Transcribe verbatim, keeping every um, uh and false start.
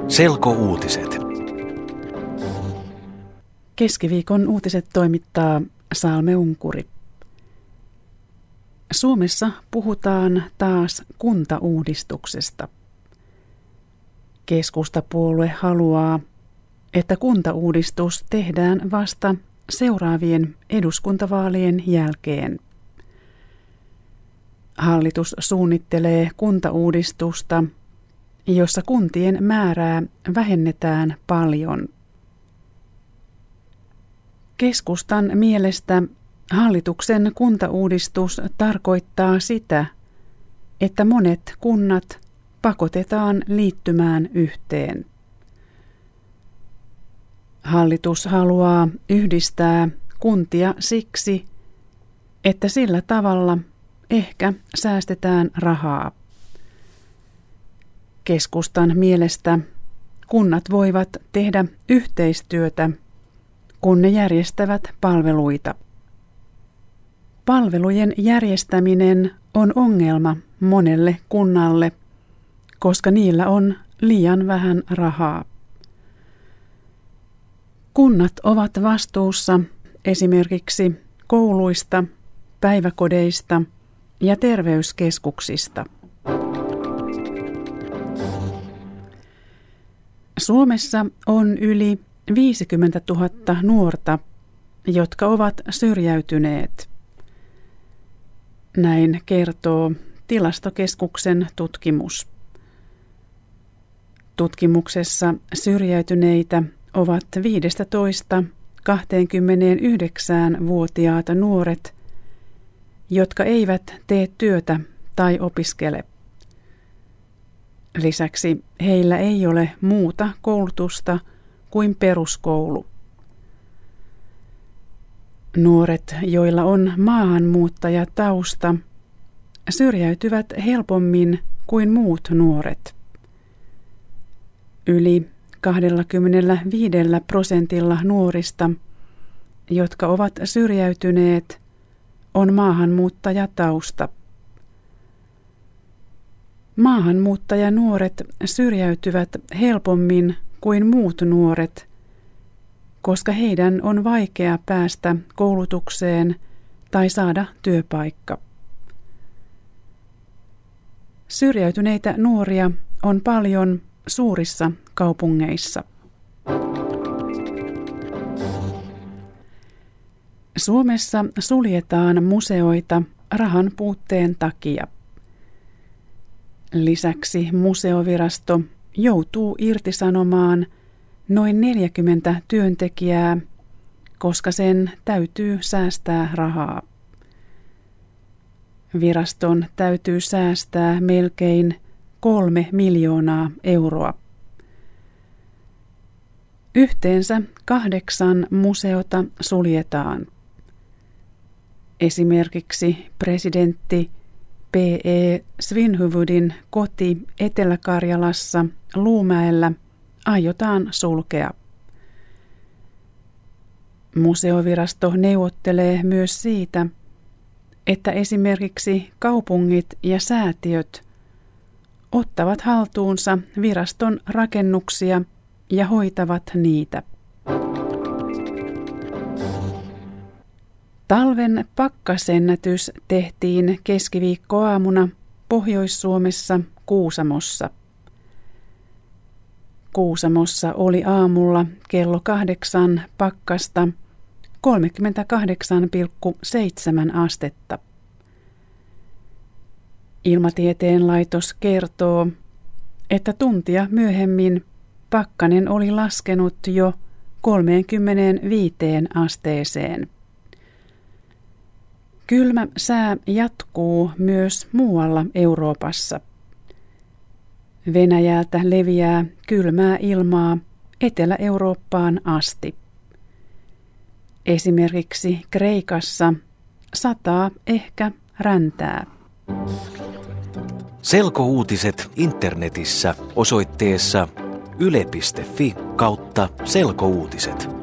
Selkouutiset. Keskiviikon uutiset toimittaa Salme Unkuri. Suomessa puhutaan taas kuntauudistuksesta. Keskustapuolue haluaa, että kuntauudistus tehdään vasta seuraavien eduskuntavaalien jälkeen. Hallitus suunnittelee kuntauudistusta, jossa kuntien määrää vähennetään paljon. Keskustan mielestä hallituksen kuntauudistus tarkoittaa sitä, että monet kunnat pakotetaan liittymään yhteen. Hallitus haluaa yhdistää kuntia siksi, että sillä tavalla ehkä säästetään rahaa. Keskustan mielestä kunnat voivat tehdä yhteistyötä, kun ne järjestävät palveluita. Palvelujen järjestäminen on ongelma monelle kunnalle, koska niillä on liian vähän rahaa. Kunnat ovat vastuussa esimerkiksi kouluista, päiväkodeista ja terveyskeskuksista. Suomessa on yli viisikymmentätuhatta nuorta, jotka ovat syrjäytyneet. Näin kertoo Tilastokeskuksen tutkimus. Tutkimuksessa syrjäytyneitä ovat viisitoista–kaksikymmentäyhdeksän-vuotiaat nuoret, jotka eivät tee työtä tai opiskele. Lisäksi heillä ei ole muuta koulutusta kuin peruskoulu. Nuoret, joilla on maahanmuuttajatausta, syrjäytyvät helpommin kuin muut nuoret. Yli kaksikymmentäviisi prosentilla nuorista, jotka ovat syrjäytyneet, on maahanmuuttajatausta. Maahanmuuttajanuoret syrjäytyvät helpommin kuin muut nuoret, koska heidän on vaikea päästä koulutukseen tai saada työpaikka. Syrjäytyneitä nuoria on paljon suurissa kaupungeissa. Suomessa suljetaan museoita rahan puutteen takia. Lisäksi museovirasto joutuu irtisanomaan noin neljäkymmentä työntekijää, koska sen täytyy säästää rahaa. Viraston täytyy säästää melkein kolme miljoonaa euroa. Yhteensä kahdeksan museota suljetaan. Esimerkiksi presidentti P E Svinhufvudin koti Etelä-Karjalassa Luumäellä aiotaan sulkea. Museovirasto neuvottelee myös siitä, että esimerkiksi kaupungit ja säätiöt ottavat haltuunsa viraston rakennuksia ja hoitavat niitä. Talven pakkasennätys tehtiin keskiviikkoaamuna Pohjois-Suomessa Kuusamossa. Kuusamossa oli aamulla kello kahdeksan pakkasta kolmekymmentäkahdeksan pilkku seitsemän astetta. Ilmatieteen laitos kertoo, että tuntia myöhemmin pakkanen oli laskenut jo kolmeenkymmeneenviiteen asteeseen. Kylmä sää jatkuu myös muualla Euroopassa. Venäjältä leviää kylmää ilmaa Etelä-Eurooppaan asti. Esimerkiksi Kreikassa sataa ehkä räntää. Selkouutiset internetissä osoitteessa yle piste fi kautta selkouutiset.